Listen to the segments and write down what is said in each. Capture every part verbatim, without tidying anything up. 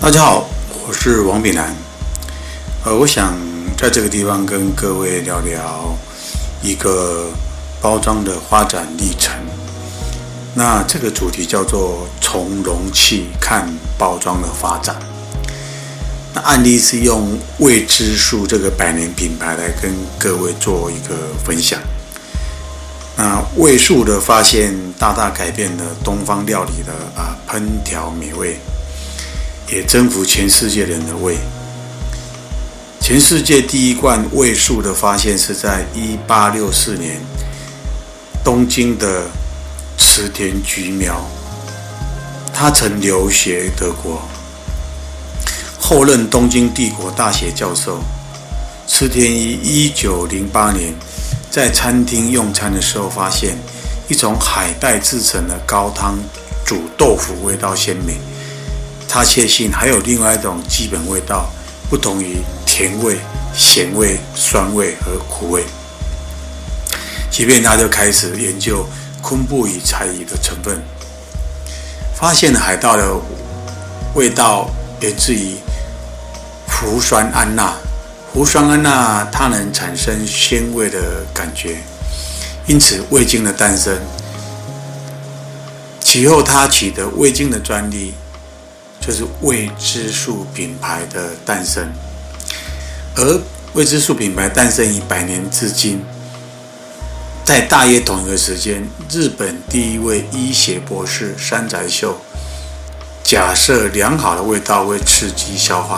大家好，我是王炳南。呃，我想在这个地方跟各位聊聊一个包装的发展历程。那这个主题叫做从容器看包装的发展。那案例是用味之素这个百年品牌来跟各位做一个分享。那味素的发现大大改变了东方料理的啊烹调美味，也征服全世界人的胃。全世界第一罐味素的发现是在一八六四年，东京的池田菊苗，他曾留学德国，后任东京帝国大学教授。池田于一九零八年在餐厅用餐的时候，发现一种海带制成的高汤煮豆腐味道鲜美。他确信还有另外一种基本味道，不同于甜味、咸味、酸味和苦味。即便他就开始研究昆布与柴鱼的成分，发现海带的味道源自于氟酸铵钠。氟酸铵钠它能产生鲜味的感觉，因此味精的诞生。其后他取得味精的专利，就是味之素品牌的诞生。而味之素品牌诞生于百年至今，在大约同一个时间，日本第一位医学博士山宅秀假设良好的味道会刺激消化。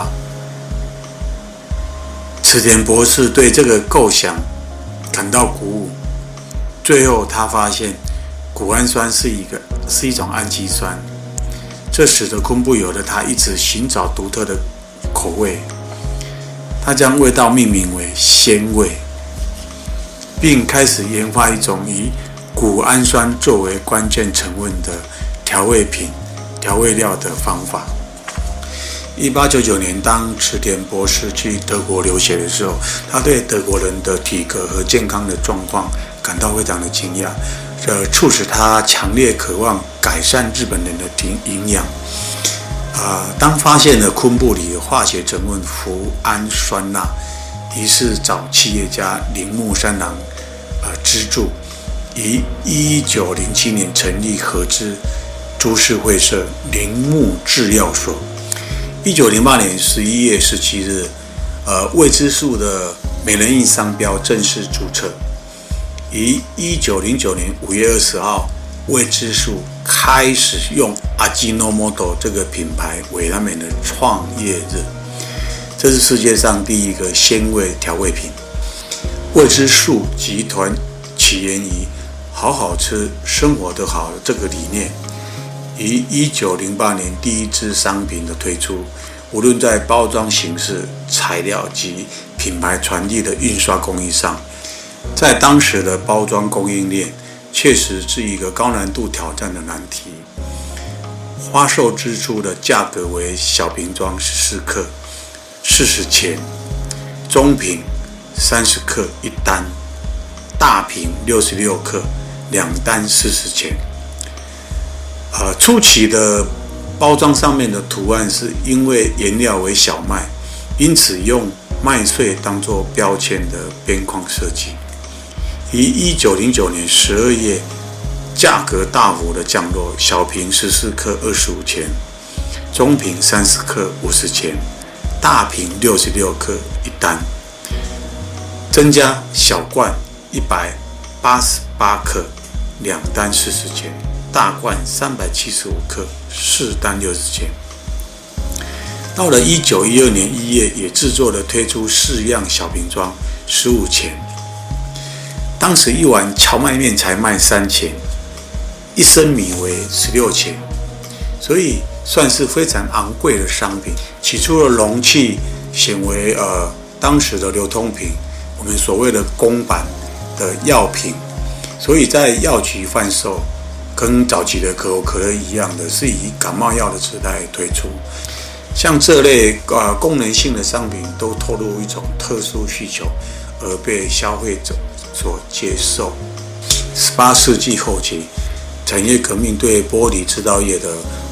池田博士对这个构想感到鼓舞，最后他发现谷氨酸是一个是一种氨基酸，这使得昆布有了他一直寻找独特的口味。他将味道命名为鲜味，并开始研发一种以谷氨酸作为关键成分的调味品、调味料的方法。一八九九年，当池田博士去德国留学的时候，他对德国人的体格和健康的状况感到非常的惊讶，这促使他强烈渴望改善日本人的营养。呃，当发现了昆布里的化学成分氟氨酸钠，于是找企业家铃木三郎呃资助，于一九零七年成立合资株式会社铃木制药所。一九零八年十一月十七日，呃，味之素的美人印商标正式注册。于一九零九年五月二十号，味之素开始用 Ajinomoto 这个品牌为他们的创业日。这是世界上第一个鲜味调味品。味之素集团起源于好好吃，生活得好这个理念。于一九零八年第一支商品的推出，无论在包装形式、材料及品牌传递的印刷工艺上，在当时的包装供应链确实是一个高难度挑战的难题。发售之初的价格为小瓶装十四克四十钱，中瓶三十克一单，大瓶六十六克两单四十钱。呃，初期的包装上面的图案是因为原料为小麦，因此用麦穗当作标签的边框设计。于一九零九年十二月，价格大幅的降落，小瓶十四克二十五钱，中瓶三十克五十钱，大瓶六十六克一单，增加小罐一百八十八克两单四十钱。大罐三百七十五克，四单六十钱。到了一九一二年一月，也制作了推出四样小瓶装，十五钱。当时一碗荞麦面才卖三钱，一升米为十六钱，所以算是非常昂贵的商品。起初的容器显为呃当时的流通品，我们所谓的公版的药品，所以在药局贩售。跟早期的可口可乐一样的，是以感冒药的姿态推出。像这类呃功能性的商品，都透露一种特殊需求，而被消费者所接受。十八世纪后期，产业革命对玻璃制造业的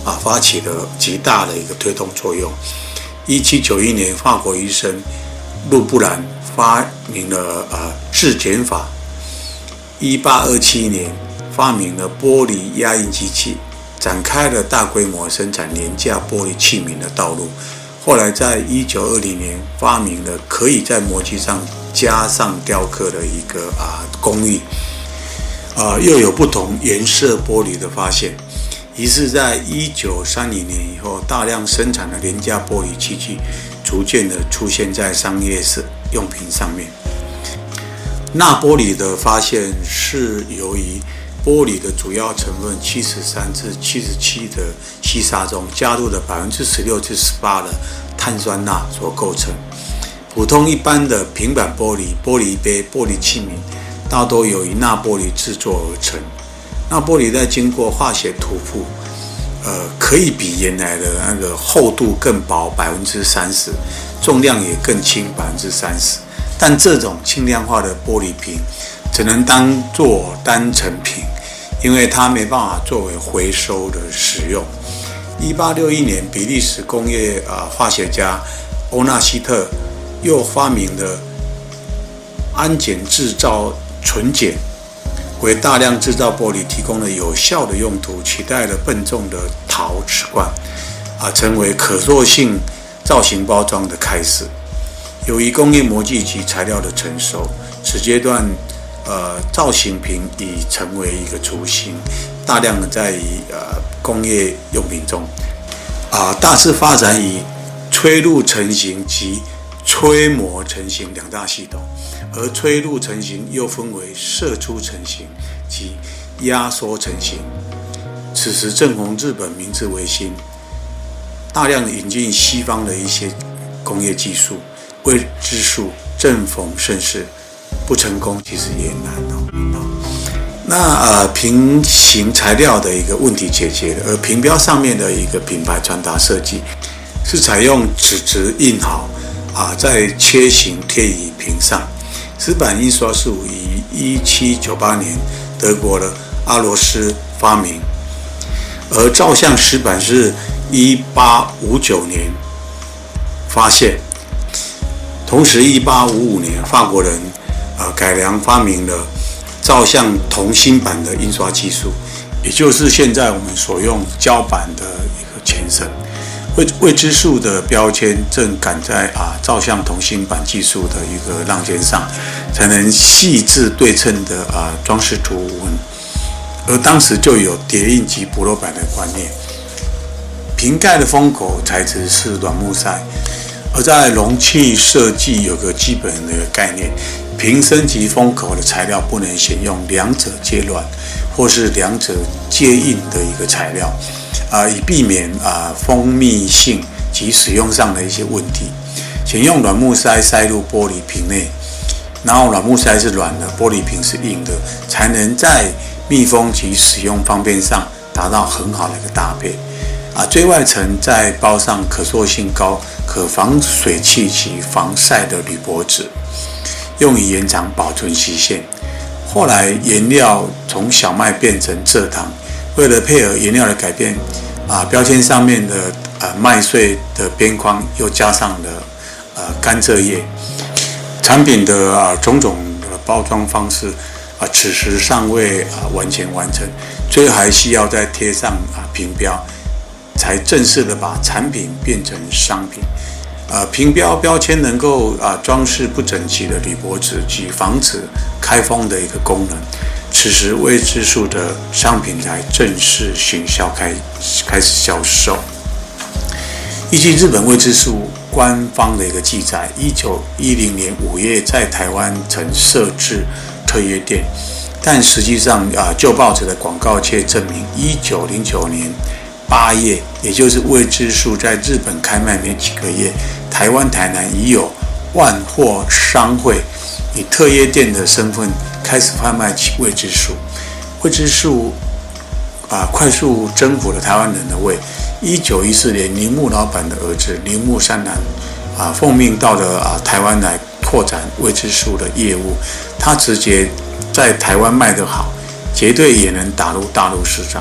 啊发起了极大的一个推动作用。一七九一年，法国医生路布兰发明了呃制碱法。一八二七年，发明了玻璃压印机器，展开了大规模生产廉价玻璃器皿的道路。后来在一九二零年，发明了可以在模具上加上雕刻的一个啊工艺，啊又有不同颜色玻璃的发现。于是，在一九三零年以后，大量生产的廉价玻璃器具逐渐的出现在商业用品上面。钠玻璃的发现是由于玻璃的主要成分七十三至七十七的细沙中加入了百分之十六至十八的碳酸钠所构成。普通一般的平板玻璃、玻璃杯、玻璃器皿，大多由于钠玻璃制作而成。钠玻璃在经过化学涂覆，呃，可以比原来的那个厚度更薄百分之三十，重量也更轻百分之三十。但这种轻量化的玻璃瓶只能当作单成品，因为它没办法作为回收的使用。一八六一年，比利时工业呃化学家欧纳希特又发明了氨碱制造纯碱，为大量制造玻璃提供了有效的用途，取代了笨重的陶瓷罐，啊，成为可塑性造型包装的开始。由于工业模具及材料的成熟，此阶段，呃，造型瓶已成为一个雏形，大量的在于呃工业用品中，啊、呃，大致发展以吹入成型及吹磨成型两大系统，而吹入成型又分为射出成型及压缩成型。此时正逢日本明治维新，大量引进西方的一些工业技术。未知数正逢盛世，不成功其实也难哦。那呃，平行材料的一个问题解决了，而瓶标上面的一个品牌传达设计是采用纸质印好啊，再切形贴于瓶上。石版印刷术于一七九八年德国的阿罗斯发明，而照相石版是一八五九年发现。同时，一八五五年，法国人呃改良发明了照相铜芯版的印刷技术，也就是现在我们所用胶版的一个前身。未未知数的标签正赶在啊照相铜芯版技术的一个浪尖上，才能细致对称的啊装饰图文。而当时就有叠印及补漏版的观念。瓶盖的封口材质是软木塞。而在容器设计有个基本的概念，瓶身及封口的材料不能选用两者皆软或是两者皆硬的一个材料，啊、呃，以避免啊、呃、封密性及使用上的一些问题。选用软木塞塞入玻璃瓶内，然后软木塞是软的，玻璃瓶是硬的，才能在密封及使用方便上达到很好的一个搭配。啊，最外层再包上可塑性高、可防水汽及防晒的铝箔纸，用以延长保存期限。后来原料从小麦变成蔗糖，为了配合原料的改变，啊，标签上面的呃麦穗的边框又加上了呃甘蔗叶。产品的啊种种的包装方式啊，此时尚未啊完全完成，最后还需要再贴上啊瓶标。才正式的把产品变成商品，呃，瓶标标签能够啊装饰不整齐的铝箔纸及防止开封的一个功能。此时未知数的商品才正式行销开开始销售。依据日本未知数官方的一个记载，一九一零年五月在台湾曾设置特约店，但实际上啊旧报纸的广告却证明一九零九年。八月，也就是未知数在日本开卖没几个月，台湾台南已有万货商会以特约店的身份开始贩卖起未知数。未知数啊，快速征服了台湾人的胃。一九一四年，铃木老板的儿子铃木三男啊，奉命到了啊台湾来扩展未知数的业务。他直接在台湾卖得好，绝对也能打入大陆市场。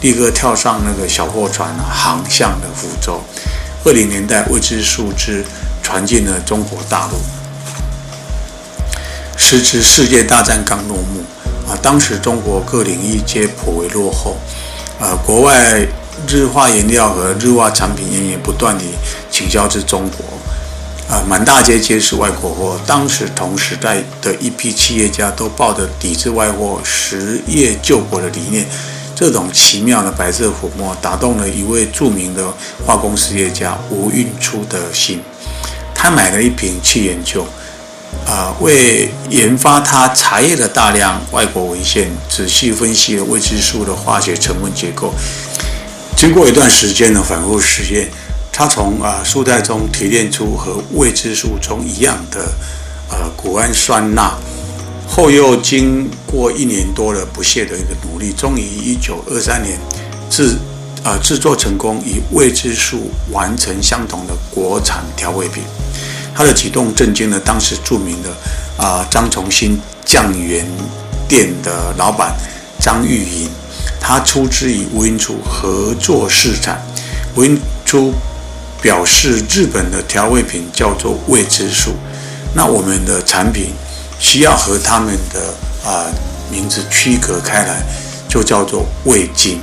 立刻跳上那个小货船航向了福州。二零年代，未知数之传进了中国大陆。时值世界大战刚落幕啊，当时中国各领域皆颇为落后，呃，国外日化原料和日化产品源源不断地倾销至中国，啊、呃，满大街皆是外国货。当时同时代的一批企业家都抱着抵制外货、实业救国的理念。这种奇妙的白色粉末打动了一位著名的化工实业家吴运初的心，他买了一瓶去研究。呃，为研发他茶叶的大量外国文献，仔细分析了未知数的化学成分结构。经过一段时间的反复实验，他从啊素态中提炼出和未知数中一样的呃谷氨酸钠。后又经过一年多的不懈的一个努力，终于一九二三年制呃制作成功，以未知数完成相同的国产调味品。他的举动震惊了当时著名的啊、呃、张崇新酱园店的老板张玉莹，他出资与吴运初合作试产。吴运初表示，日本的调味品叫做未知数，那我们的产品需要和他们的啊、呃、名字区隔开来，就叫做味精，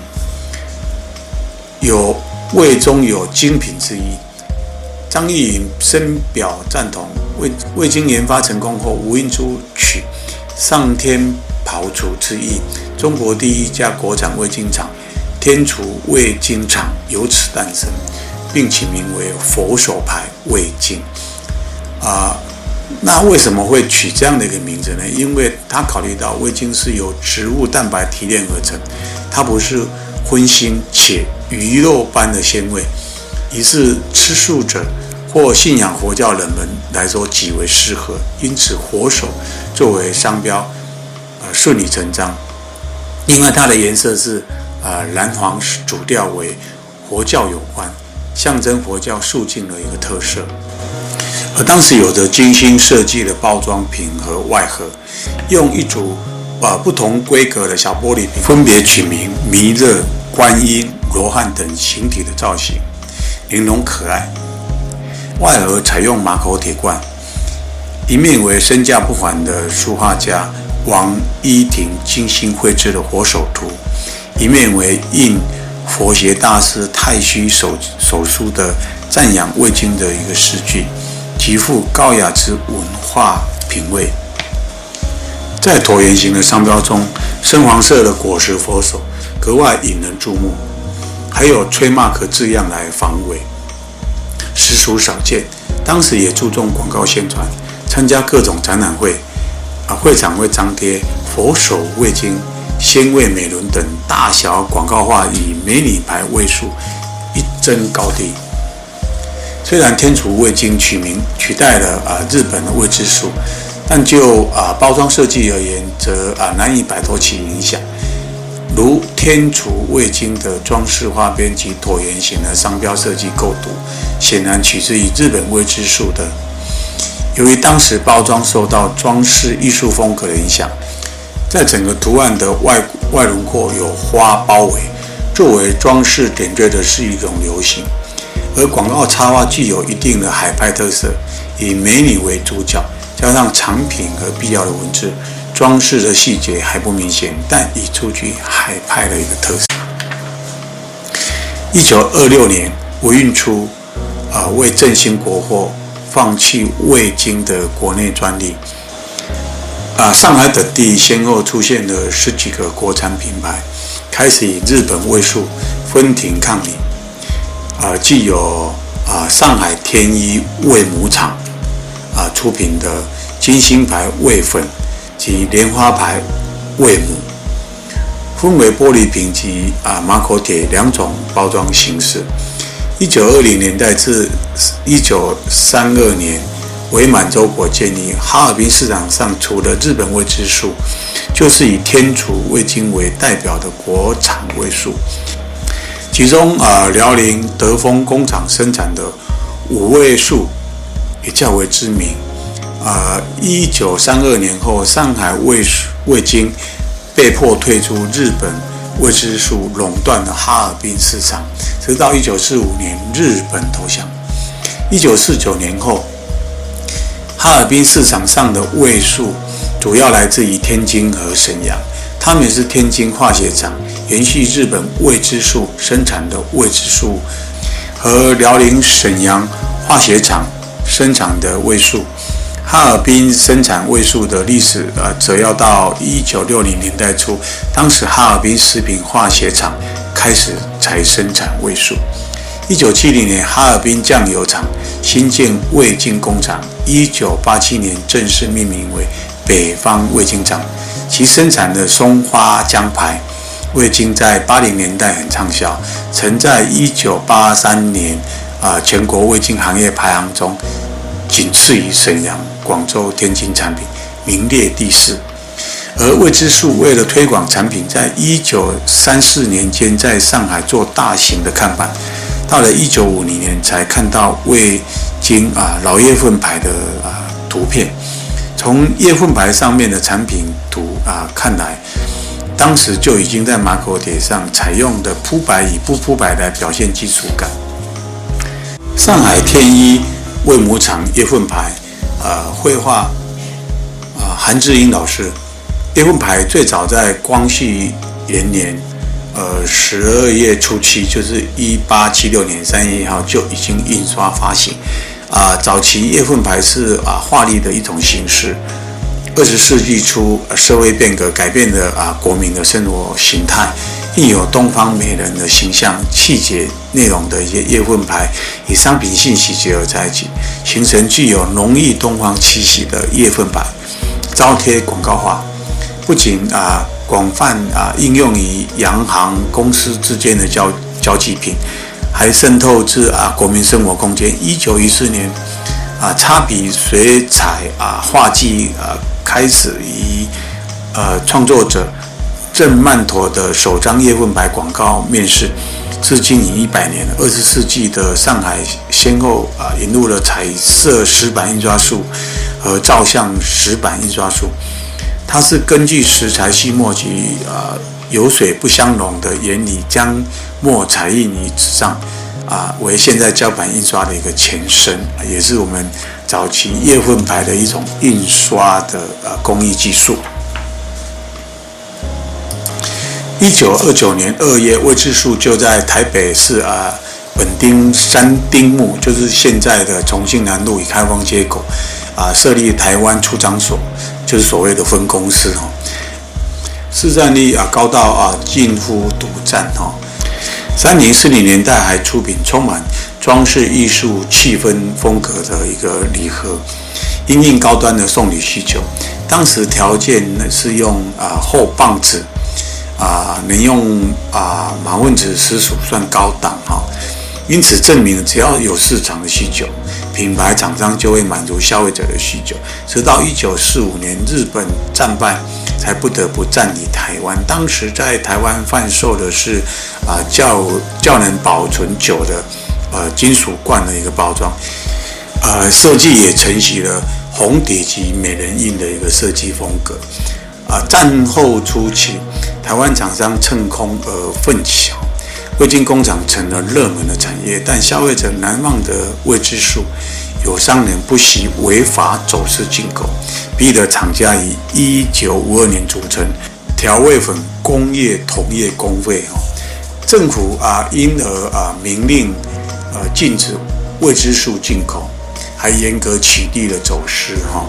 有味中有精品之意。张玉莹深表赞同。味味精研发成功后，吴运初取上天庖厨之意，中国第一家国产味精厂天厨味精厂由此诞生，并起名为佛手牌味精。啊、呃，那为什么会取这样的一个名字呢？因为他考虑到味精是由植物蛋白提炼而成，它不是荤腥且鱼肉般的鲜味。于是吃素者或信仰佛教人们来说极为适合，因此佛手作为商标，呃，顺理成章。另外，它的颜色是呃蓝黄主调为佛教有关，象征佛教肃静的一个特色。而当时有着精心设计的包装瓶和外盒，用一组呃不同规格的小玻璃瓶，分别取名弥勒、观音、罗汉等形体的造型，玲珑可爱。外盒采用马口铁罐，一面为身价不凡的书画家王一亭精心绘制的佛手图，一面为印佛学大师太虚手手书的赞扬味精的一个诗句，极富高雅之文化品味。在椭圆形的商标中，深黄色的果实佛手格外引人注目，还有trademark字样来防伪，实属少见。当时也注重广告宣传，参加各种展览会，啊，会场会张贴佛手味精、鲜味美伦等大小广告画，以美女牌位数一争高低。虽然天厨味精取名取代了啊日本的味之素，但就啊包装设计而言，则啊难以摆脱其影响。如天厨味精的装饰花边及椭圆形的商标设计构图，显然取自于日本味之素的。由于当时包装受到装饰艺术风格的影响，在整个图案的外外轮廓有花包围，作为装饰点缀的是一种流行。而广告插画具有一定的海派特色，以美女为主角，加上产品和必要的文字，装饰的细节还不明显，但已出具海派的一个特色。一九二六年，吴运初啊、呃、为振兴国货，放弃味精的国内专利。啊、呃，上海等地先后出现了十几个国产品牌，开始以日本味素分庭抗礼。啊、呃，既有啊、呃、上海天一味母厂啊、呃、出品的金星牌味粉及莲花牌味母，分为玻璃瓶及啊、呃、马口铁两种包装形式。一九二零年代至一九三二年，伪满洲国建立，哈尔滨市场上除了日本味之素，就是以天厨味精为代表的国产味素。其中啊、呃，辽宁德丰工厂生产的五味素也较为知名。啊、呃，一九三二年后，上海味味精被迫退出日本未知数垄断了哈尔滨市场，直到一九四五年日本投降。一九四九年后，哈尔滨市场上的味素主要来自于天津和沈阳，他们也是天津化学厂延续日本味之素生产的味之素，和辽宁沈阳化学厂生产的味素。哈尔滨生产味素的历史，呃，则要到一九六零年代初，当时哈尔滨食品化学厂开始才生产味素。一九七零年，哈尔滨酱油厂新建味精工厂，一九八七年正式命名为北方味精厂，其生产的松花江牌味精在八零年代很畅销，曾在一九八三年啊、呃、全国味精行业排行中仅次于沈阳、广州、天津产品，名列第四。而味之素为了推广产品，在一九三四年间在上海做大型的看板，到了一九五零年才看到味精啊老叶份牌的啊图片。从叶份牌上面的产品图啊看来，当时就已经在马口铁上采用的铺白以不铺白来表现基础感。上海天一味母厂叶份牌，呃，绘画啊韩志英老师。叶份牌最早在光绪元年，呃十二月初七，就是一八七六年三月一号就已经印刷发行。啊、呃，早期叶份牌是啊画力的一种形式。二十世纪初，呃、社会变革改变了啊国民的生活形态，印有东方美人的形象、气节内容的一些叶份牌，以商品信息结合在一起，形成具有浓郁东方气息的叶份牌，招贴广告化。不仅啊广泛啊应用于洋行公司之间的交交际品，还渗透至啊国民生活空间。一九一四年，啊擦笔水彩啊画技啊开始于呃创作者郑曼陀的首张叶份牌广告面世，至今已一百年了。二十世纪的上海先后啊引入了彩色石版印刷术和照相石版印刷术。它是根据石材细墨及呃油水不相容的原理，将墨彩印于纸上，啊、呃，为现在胶版印刷的一个前身，也是我们早期叶份牌的一种印刷的呃工艺技术。一九二九年二月，味之素就在台北市啊、呃、本町三丁目，就是现在的重庆南路与开封街口啊、呃、设立台湾出张所。就是所谓的分公司哦，市占率啊高到啊近乎独占哦。三零四零年代还出品充满装饰艺术气氛风格的一个礼盒，因应高端的送礼需求。当时条件是用啊厚棒纸啊，能用啊马粪纸实属算高档哈。因此证明只要有市场的需求，品牌厂商就会满足消费者的需求。直到一九四五年日本战败，才不得不占领台湾。当时在台湾贩售的是啊较较能保存久的呃金属罐的一个包装，呃设计也承袭了红底及美人印的一个设计风格。啊，战后初期，台湾厂商趁空而奋起。味精工厂成了热门的产业，但消费者难忘的味之素，有商人不惜违法走私进口，逼得厂家于一九五二年组成调味粉工业同业公会，政府啊因而啊明令呃禁止味之素进口，还严格取缔了走私哈。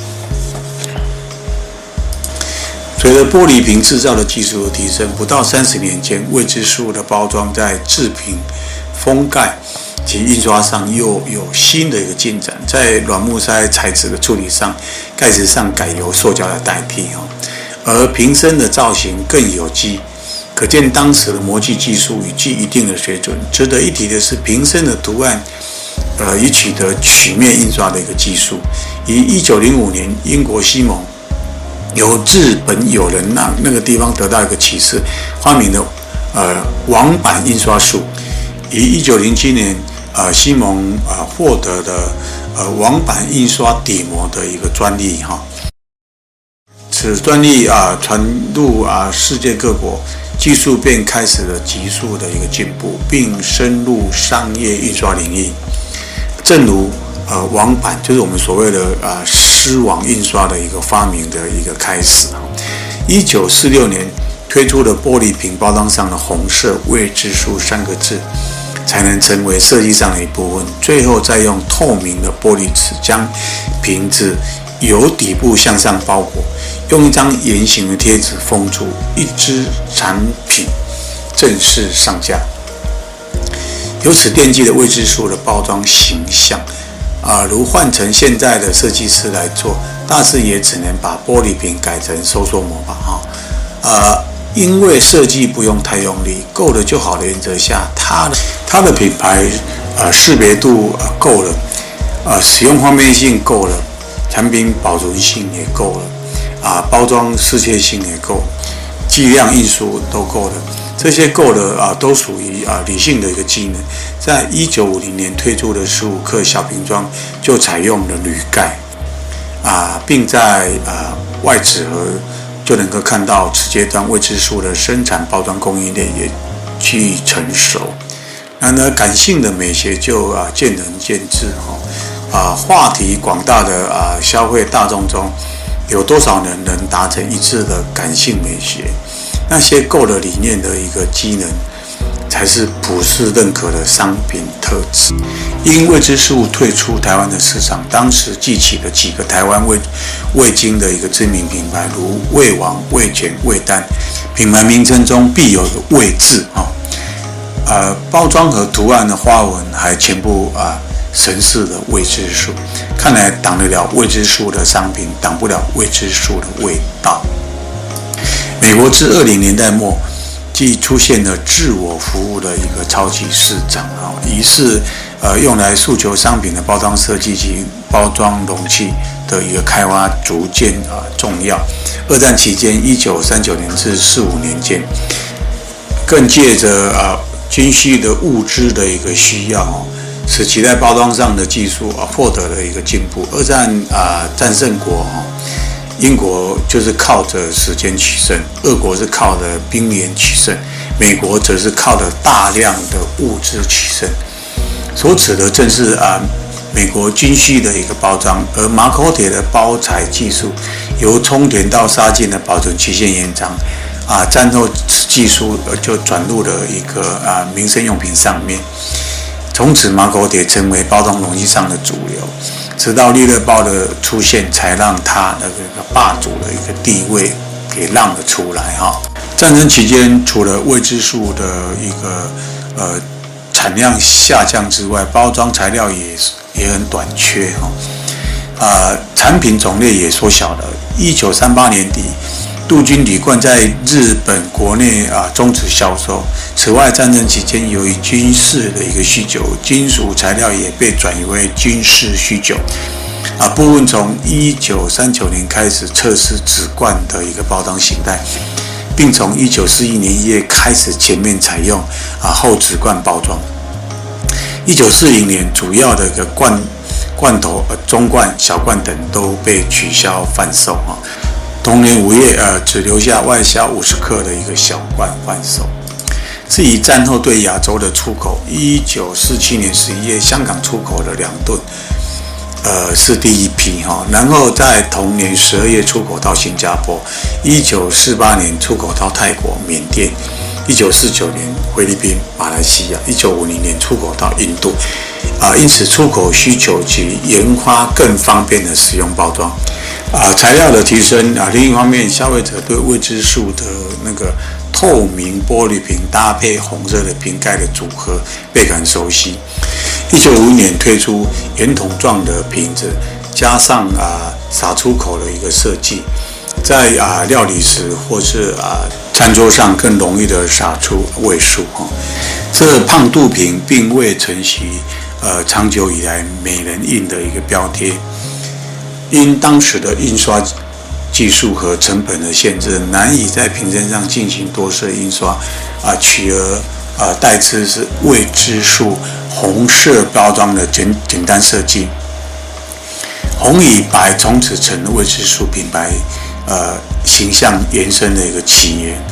随着玻璃瓶制造的技术的提升，不到三十年间，味之素的包装在制品、封盖及印刷上又有新的一个进展。在软木塞材质的处理上，盖子上改由塑胶来代替哦，而瓶身的造型更有机，可见当时的模具技术已具一定的水准。值得一提的是，瓶身的图案，呃，已取得曲面印刷的一个技术。于一九零五年，英国西蒙由日本友人那那个地方得到一个启示，发明了呃网版印刷术。于一九零七年，呃西蒙啊、呃、获得了呃网版印刷底膜的一个专利哈。此专利啊、呃、传入啊、呃、世界各国， 技术便开始了急速的一个进步，并深入商业印刷领域。正如呃网版，就是我们所谓的呃丝网印刷的一个发明的一个开始。一九四六年推出的玻璃瓶包装上的红色未知数三个字，才能成为设计上的一部分。最后再用透明的玻璃纸将瓶子由底部向上包裹，用一张圆形的贴纸封住，一支产品正式上架。由此奠基了未知数的包装形象。啊、呃，如换成现在的设计师来做，大致也只能把玻璃瓶改成收缩膜吧，哈、哦，呃，因为设计不用太用力，够了就好的原则下，它的它的品牌呃识别度呃够了，呃使用方便性够了，产品保存性也够了，啊、呃，包装适切性也够，剂量印数都够了。这些够了啊，都属于啊理性的一个机能。在一九五零年推出的十五克小瓶装就采用了铝盖啊，并在啊外纸盒就能够看到此阶段未知数的生产包装供应链也趋于成熟。然而，感性的美学就啊见仁见智哈啊，话题广大的啊消费大众中，有多少人能达成一致的感性美学？那些够了理念的一个机能，才是普世认可的商品特质。因未知数退出台湾的市场，当时记起了几个台湾味味精的一个知名品牌，如味王、味全、味丹，品牌名称中必有的味字啊，呃，包装和图案的花纹还全部啊神似的未知数。看来挡得了未知数的商品，挡不了未知数的味道。美国自二零年代末，即出现了自我服务的一个超级市场啊，于是呃用来诉求商品的包装设计及包装容器的一个开发逐渐啊重要。二战期间，一九三九年至四五年间，更借着啊军需的物资的一个需要哦，使其在包装上的技术啊获得了一个进步。二战啊战胜国哦。英国就是靠着时间取胜，俄国是靠着兵源取胜，美国则是靠着大量的物资取胜。所指的正是啊美国军需的一个包装，而马口铁的包材技术由充填到杀菌的保存期限延长，啊战后技术就转入了一个啊民生用品上面。从此马口铁成为包装容器上的主流。直到利乐包的出现，才让它的这个霸主的一个地位给让了出来哈。战争期间，除了未知数的一个呃产量下降之外，包装材料也也很短缺哈。啊、呃，产品种类也缩小了。一九三八年底，杜军铝罐在日本国内啊终止销售。此外，战争期间由于军事的一个需求，金属材料也被转移为军事需求。啊，部分从一九三九年开始测试纸罐的一个包装形态，并从一九四一年一月开始全面采用啊厚纸罐包装。一九四零年，主要的一个罐罐头、呃中罐、小罐等都被取消贩售啊。同年五月，呃，只留下外销五十克的一个小罐贩售。至于战后对亚洲的出口，一九四七年十一月，香港出口了两吨，呃，是第一批哈。然后在同年十二月出口到新加坡，一九四八年出口到泰国、缅甸，一九四九年菲律宾、马来西亚，一九五零年出口到印度。啊、呃，因此出口需求及研发更方便的使用包装。啊、呃，材料的提升啊，另一方面，消费者对未知数的那个透明玻璃瓶搭配红色的瓶盖的组合倍感熟悉。一九五一年推出圆筒状的瓶子，加上啊洒出口的一个设计，在啊料理时或是啊餐桌上更容易的洒出味素哈。这胖肚瓶并未承袭呃长久以来美人印的一个标贴。因当时的印刷技术和成本的限制，难以在瓶身上进行多色印刷，啊，取而啊代之是未知数红色包装的简简单设计。红与白从此成了未知数品牌呃形象延伸的一个起源。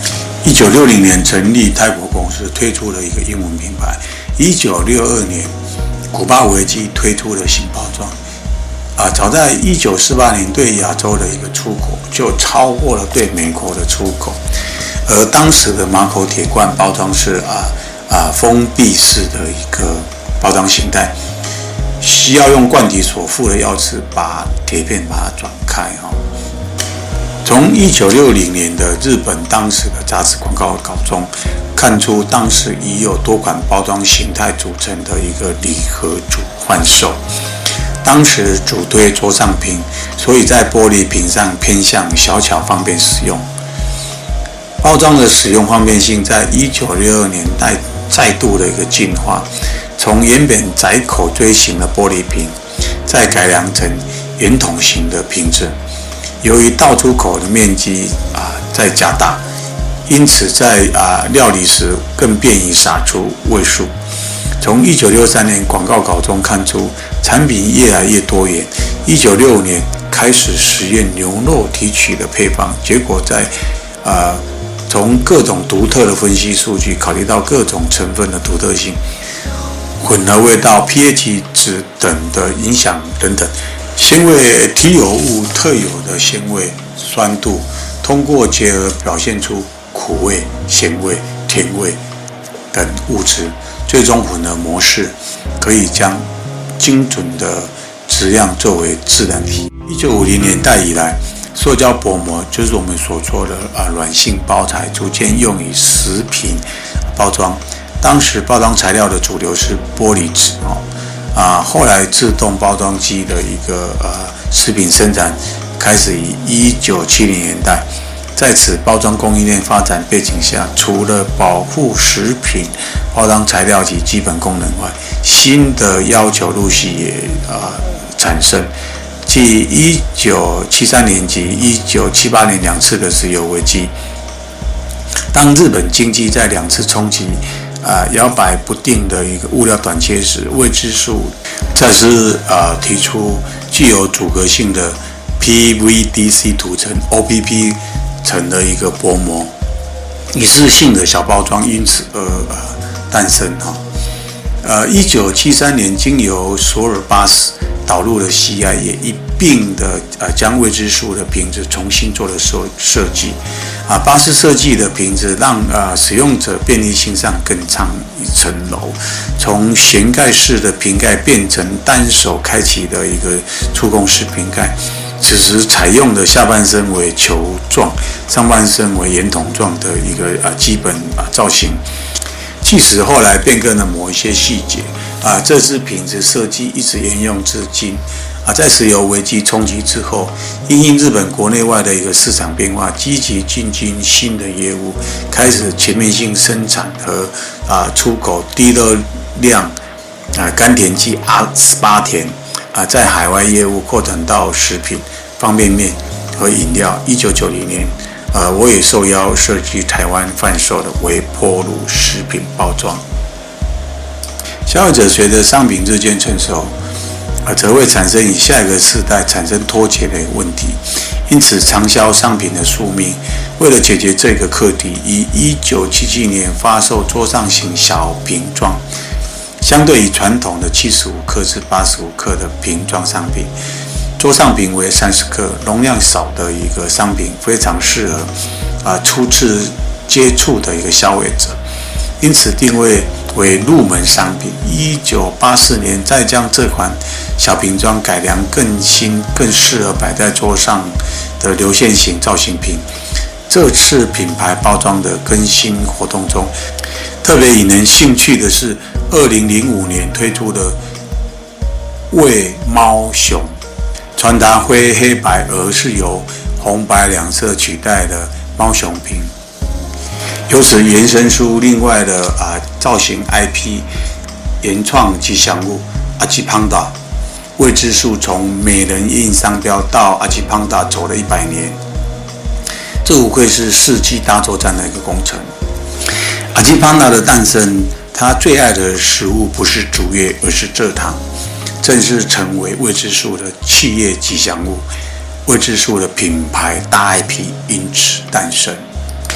一九六零年成立泰国公司，推出了一个英文品牌。一九六二年，古巴危机推出了新包装。啊，早在一九四八年对亚洲的一个出口就超过了对美国的出口，而当时的马口铁罐包装是啊啊封闭式的一个包装形态，需要用罐体所附的钥匙把铁片把它转开哈。从一九六零年的日本当时的杂志广告稿中看出，当时已有多款包装形态组成的一个礼盒组贩售。当时主推桌上瓶，所以在玻璃瓶上偏向小巧方便使用。包装的使用方便性在一九六二年代再度的一个进化，从原本窄口锥形的玻璃瓶，再改良成圆筒形的瓶子。由于倒出口的面积啊在加大，因此在啊料理时更便于撒出味素。从一九六三年广告稿中看出，产品越来越多元。一九六五年开始实验牛肉提取的配方，结果在呃从各种独特的分析数据，考虑到各种成分的独特性、混合味道、pH 值等的影响等等，鲜味提有物特有的鲜味、酸度，通过结合表现出苦味、咸味、甜味等物质。最终混合模式可以将精准的质量作为自然体。一九五零年代以来，塑胶薄膜就是我们所说的啊软性包材，逐渐用于食品包装。当时包装材料的主流是玻璃纸哦，啊后来自动包装机的一个呃食品生产开始于一九七零年代。在此包装供应链发展背景下，除了保护食品包装材料及基本功能外，新的要求陆续也呃产生。继一九七三年及一九七八年两次的石油危机，当日本经济在两次冲击啊、呃、摇摆不定的一个物料短缺时，未知数再次呃提出具有阻隔性的 P V D C 涂层 O P P。成了一个薄膜，一次性的小包装因此而呃诞生哈。呃，一九七三年经由索尔巴斯导入了 C I， 也一并的呃将未知数的瓶子重新做了设设计。啊，巴斯设计的瓶子让呃使用者便利性上更上一层楼，从旋盖式的瓶盖变成单手开启的一个触控式瓶盖。此时采用的下半身为球状，上半身为圆筒状的一个啊基本啊造型。即使后来变更了某一些细节啊，这支瓶子设计一直沿用至今啊。在石油危机冲击之后，因应日本国内外的一个市场变化，积极进军新的业务，开始全面性生产和啊出口低热量啊甘甜剂阿斯巴甜。啊，在海外业务扩展到食品、方便面和饮料。一九九零年，呃，我也受邀设计台湾贩售的微波炉食品包装。消费者随着商品日渐成熟，啊，则会产生与下一个世代产生脱节的问题。因此，畅销商品的宿命，为了解决这个课题，于一九七七年发售桌上型小瓶装。相对于传统的七十五克至八十五克的瓶装商品，桌上瓶为三十克，容量少的一个商品非常适合啊初次接触的一个消费者，因此定位为入门商品。一九八四年再将这款小瓶装改良更新、更适合摆在桌上的流线型造型瓶。这次品牌包装的更新活动中，特别引人兴趣的是，二零零五年推出的喂猫熊，传达非黑白，而是由红白两色取代的猫熊瓶。由此延伸出另外的啊造型 I P 原创吉祥物阿基胖达。未知数从美人印商标到阿基胖达走了一百年。这无愧是世纪大作战的一个工程。阿基胖达的诞生，他最爱的食物不是竹叶，而是蔗糖，正式成为未知数的企业吉祥物，未知数的品牌大 I P 因此诞生。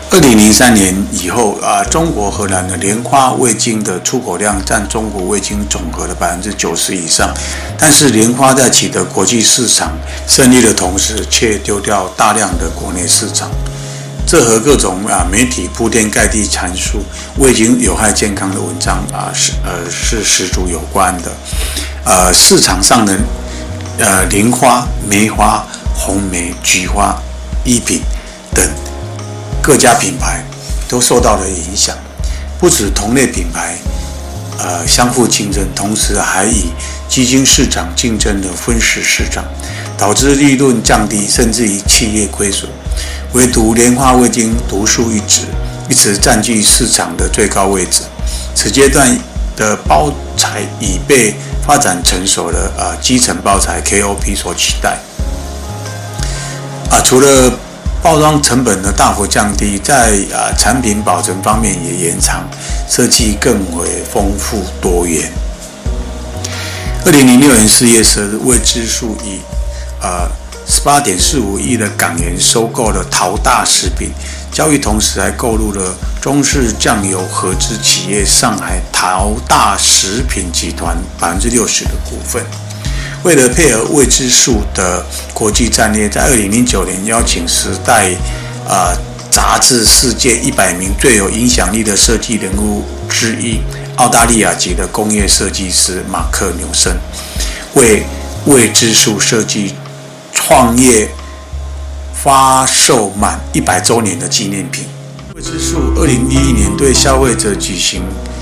二零零三年以后啊，中国荷兰的莲花味精的出口量占中国味精总和的百分之九十以上，但是莲花在取得国际市场胜利的同时，却丢掉大量的国内市场。这和各种啊媒体铺天盖地阐述味精有害健康的文章啊是呃是十足有关的。呃，市场上的呃莲花、梅花、红梅、菊花、一品等各家品牌都受到了影响，不止同类品牌呃相互竞争，同时还以基金市场竞争的分食市场，导致利润降低，甚至于企业亏损。唯独莲花味精独树一帜，一直占据市场的最高位置。此阶段的包材已被发展成熟的呃基层包材 K O P 所取代。啊，除了包装成本的大幅降低，在啊产品保存方面也延长，设计更为丰富多元。二零零六年四月十日，味之素以呃十八点四五亿的港元收购了陶大食品，交易同时还购入了中式酱油合资企业上海陶大食品集团百分之六十的股份。为了配合味之素的国际战略，在二零零九年邀请《时代》呃杂志世界一百名最有影响力的设计人物之一，澳大利亚籍的工业设计师马克纽森，为味之素设计创业发售满一百周年的纪念品。味之素二零一一年对消费者举行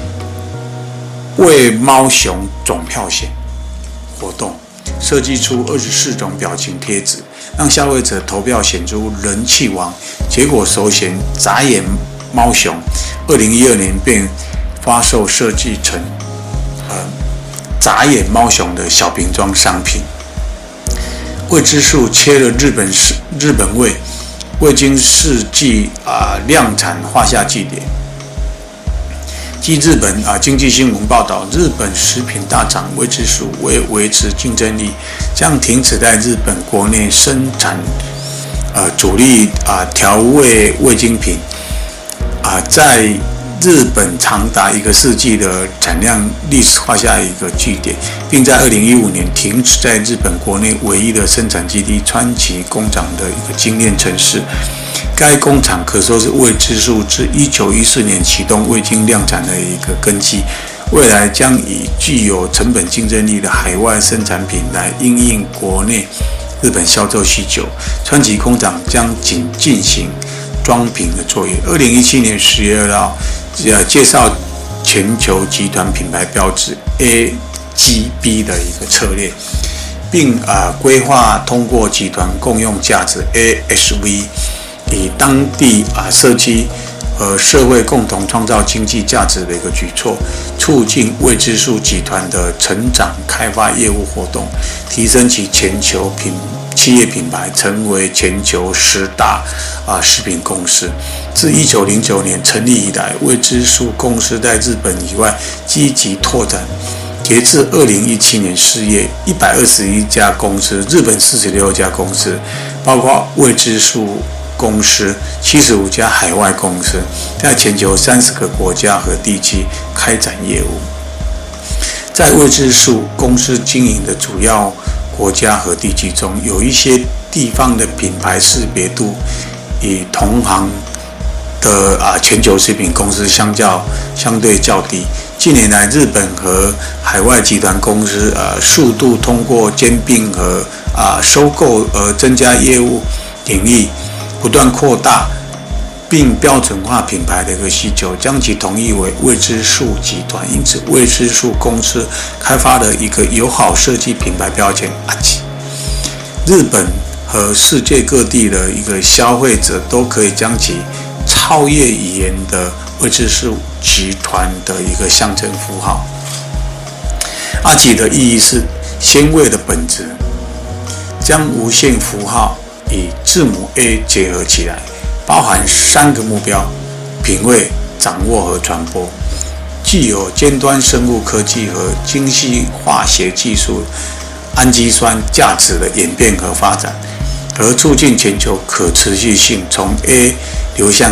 为猫熊总票选活动，设计出二十四种表情贴纸，让消费者投票选出人气王，结果首选眨眼猫熊。二零一二年便发售设计成呃眨眼猫熊的小瓶装商品。味之素切了日本日本味，味精世纪啊量产画下句点。据日本啊经济新闻报道，日本食品大厂味之素为维持竞争力，将停止在日本国内生产呃主力啊调味味精品啊，在日本长达一个世纪的产量历史画下一个句点，并在二零一五年停止在日本国内唯一的生产基地川崎工厂的一个精炼城市。该工厂可说是味之素自一九一四年启动味精量产的一个根基，未来将以具有成本竞争力的海外生产品来因应国内日本销售需求。川崎工厂将仅进行装瓶的作业。二零一七年十月二号，呃，介绍全球集团品牌标志 A G B 的一个策略，并呃规划通过集团共用价值 A S V， 以当地啊、呃、社区和社会共同创造经济价值的一个举措，促进味之素集团的成长开发业务活动，提升其全球品企业品牌，成为全球十大啊食品公司。自一九零九年成立以来，味之素公司在日本以外积极拓展。截至二零一七年四月，一百二十一家公司，日本四十六家公司，包括味之素公司七十五家海外公司，在全球三十个国家和地区开展业务。在味之素公司经营的主要国家和地区中，有一些地方的品牌识别度与同行的啊全球食品公司相较相对较低。近年来，日本和海外集团公司呃速度通过兼并和啊收购而增加业务领域，不断扩大并标准化品牌的一个需求，将其统一为味之素集团。因此，味之素公司开发了一个友好设计品牌标签阿奇。日本和世界各地的一个消费者都可以将其超越语言的味之素集团的一个象征符号。阿奇的意义是鲜味的本质，将无限符号与字母 A 结合起来，包含三个目标：品味、掌握和传播，具有尖端生物科技和精细化学技术氨基酸价值的演变和发展，和促进全球可持续性从 A 流向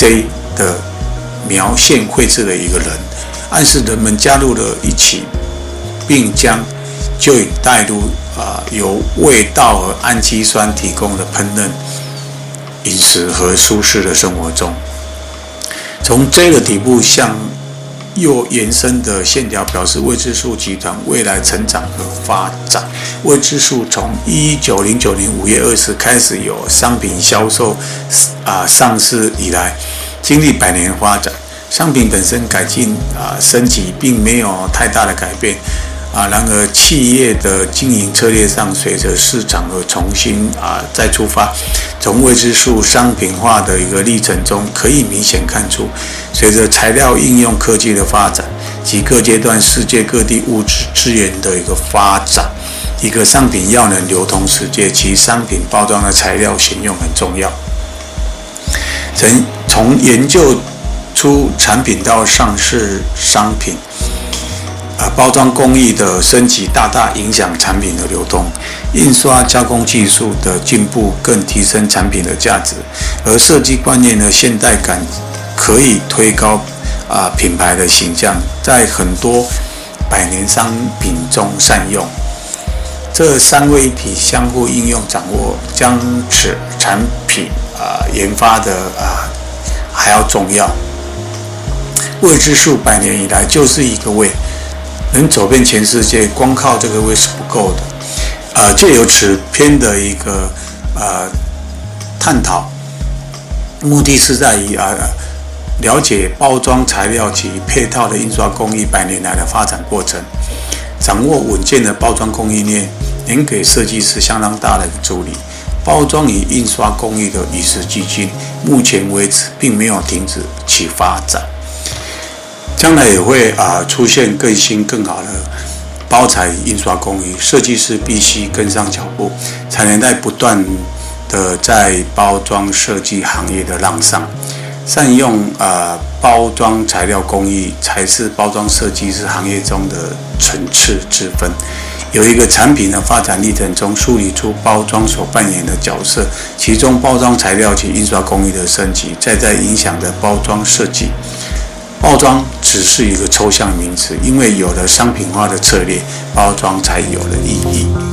C 的描线绘制的一个人，暗示人们加入了一起，并将就饮带入啊、呃、由味道和氨基酸提供的烹饪饮食和舒适的生活中。从 J 的底部向右延伸的线条表示味之素集团未来成长和发展。味之素从一九零九年五月二十开始有商品销售啊、呃、上市以来，经历百年发展，商品本身改进啊、呃、升级并没有太大的改变啊。然而企业的经营策略上，随着市场而重新啊再出发。从味之素商品化的一个历程中，可以明显看出，随着材料应用科技的发展及各阶段世界各地物质资源的一个发展，一个商品要能流通世界，其商品包装的材料选用很重要。从从研究出产品到上市商品，啊，包装工艺的升级大大影响产品的流通。印刷加工技术的进步更提升产品的价值，而设计观念的现代感可以推高啊、呃、品牌的形象，在很多百年商品中善用。这三位一体相互应用掌握，将此产品啊、呃、研发的啊、呃、还要重要。味之素百年以来就是一个味，能走遍全世界，光靠这个味是不够的。呃，借由此篇的一个呃探讨，目的是在于啊、呃、了解包装材料及配套的印刷工艺百年来的发展过程，掌握稳健的包装供应链，能给设计师相当大的助力。包装与印刷工艺的与时俱进，目前为止并没有停止其发展，将来也会啊、呃、出现更新更好的包材与印刷工艺，设计师必须跟上脚步，才能在不断的在包装设计行业的浪上。善用呃包装材料工艺，才是包装设计师行业中的层次之分。有一个产品的发展历程中，梳理出包装所扮演的角色，其中包装材料及印刷工艺的升级，再在影响的包装设计。包装只是一个抽象名词，因为有了商品化的策略，包装才有了意义。